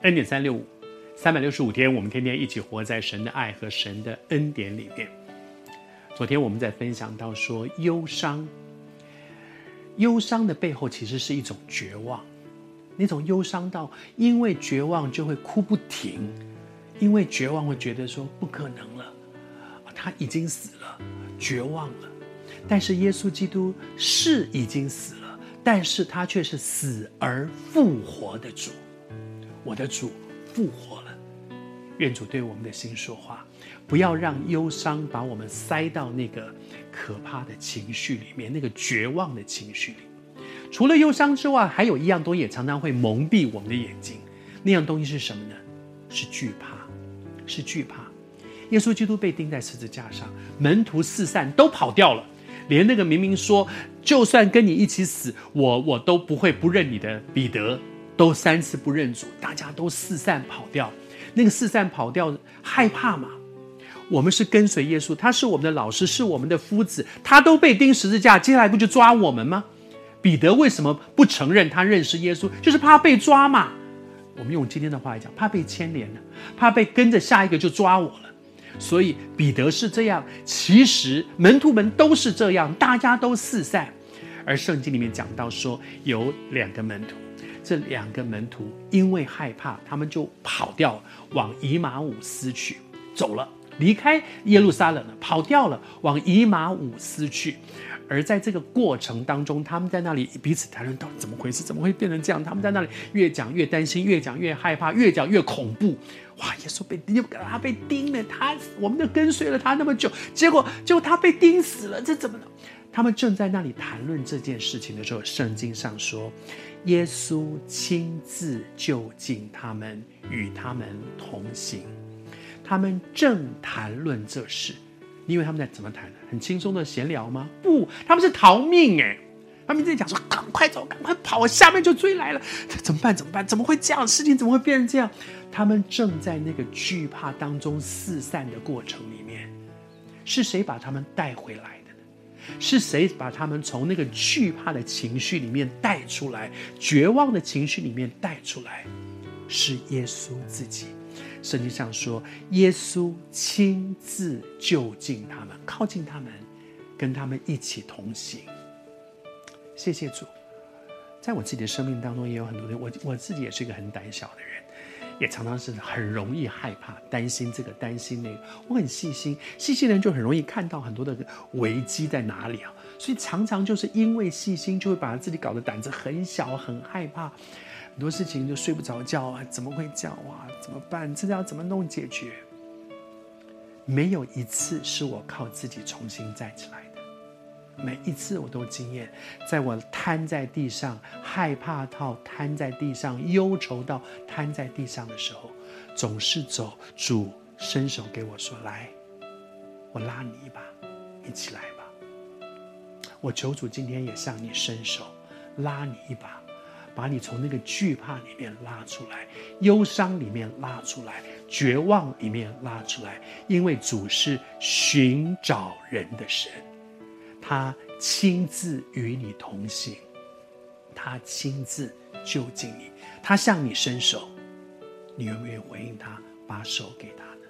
恩典365，365天，我们天天一起活在神的爱和神的恩典里面。昨天我们在分享到说，忧伤的背后其实是一种绝望，那种忧伤到因为绝望就会哭不停，因为绝望会觉得说不可能了，他已经死了，绝望了。但是耶稣基督是已经死了，但是他却是死而复活的主。我的主复活了，愿主对我们的心说话，不要让忧伤把我们塞到那个可怕的情绪里面，那个绝望的情绪里。除了忧伤之外，还有一样东西也常常会蒙蔽我们的眼睛，那样东西是什么呢？是惧怕，是惧怕。耶稣基督被钉在十字架上，门徒四散都跑掉了，连那个明明说就算跟你一起死，我都不会不认你的彼得都3次不认主，大家都四散跑掉。那个四散跑掉，害怕嘛？我们是跟随耶稣，他是我们的老师，是我们的夫子，他都被钉十字架，接下来不就抓我们吗？彼得为什么不承认他认识耶稣？就是怕被抓嘛。我们用今天的话来讲，怕被牵连了，怕被跟着下一个就抓我了。所以彼得是这样，其实门徒们都是这样，大家都四散。而圣经里面讲到说，有2个门徒，这2个门徒因为害怕，他们就跑掉了，往以马忤斯去，走了，离开耶路撒冷了，跑掉了，往以马忤斯去。而在这个过程当中，他们在那里彼此谈论到底怎么回事，怎么会变成这样？他们在那里越讲越担心，越讲越害怕，越讲越恐怖。哇！耶稣他被钉了，我们就跟随了他那么久，结果他被钉死了，这怎么了？他们正在那里谈论这件事情的时候，圣经上说，耶稣亲自就近他们，与他们同行。他们正谈论这事，你以为他们在怎么谈？很轻松的闲聊吗？不，他们是逃命哎！他们在讲说，赶快走，赶快跑，下面就追来了，怎么办？怎么办？怎么会这样？事情怎么会变成这样？他们正在那个惧怕当中四散的过程里面，是谁把他们带回来的呢？是谁把他们从那个惧怕的情绪里面带出来，绝望的情绪里面带出来？是耶稣自己。圣经上说，耶稣亲自就近他们，靠近他们，跟他们一起同行。谢谢主。在我自己的生命当中也有很多人，我自己也是一个很胆小的人，也常常是很容易害怕，担心这个担心那个。我很细心的人就很容易看到很多的危机在哪里啊，所以常常就是因为细心，就会把自己搞得胆子很小，很害怕，很多事情就睡不着觉啊，怎么会这样啊？怎么办？这要怎么弄解决？没有一次是我靠自己重新站起来的。每一次我都经验，在我瘫在地上，害怕到瘫在地上，忧愁到瘫在地上的时候，总是走主伸手给我说，来，我拉你一把，一起来吧。我求主今天也向你伸手，拉你一把，把你从那个惧怕里面拉出来，忧伤里面拉出来，绝望里面拉出来。因为主是寻找人的神，他亲自与你同行，他亲自就近你，他向你伸手，你愿不愿意回应他，把手给他呢？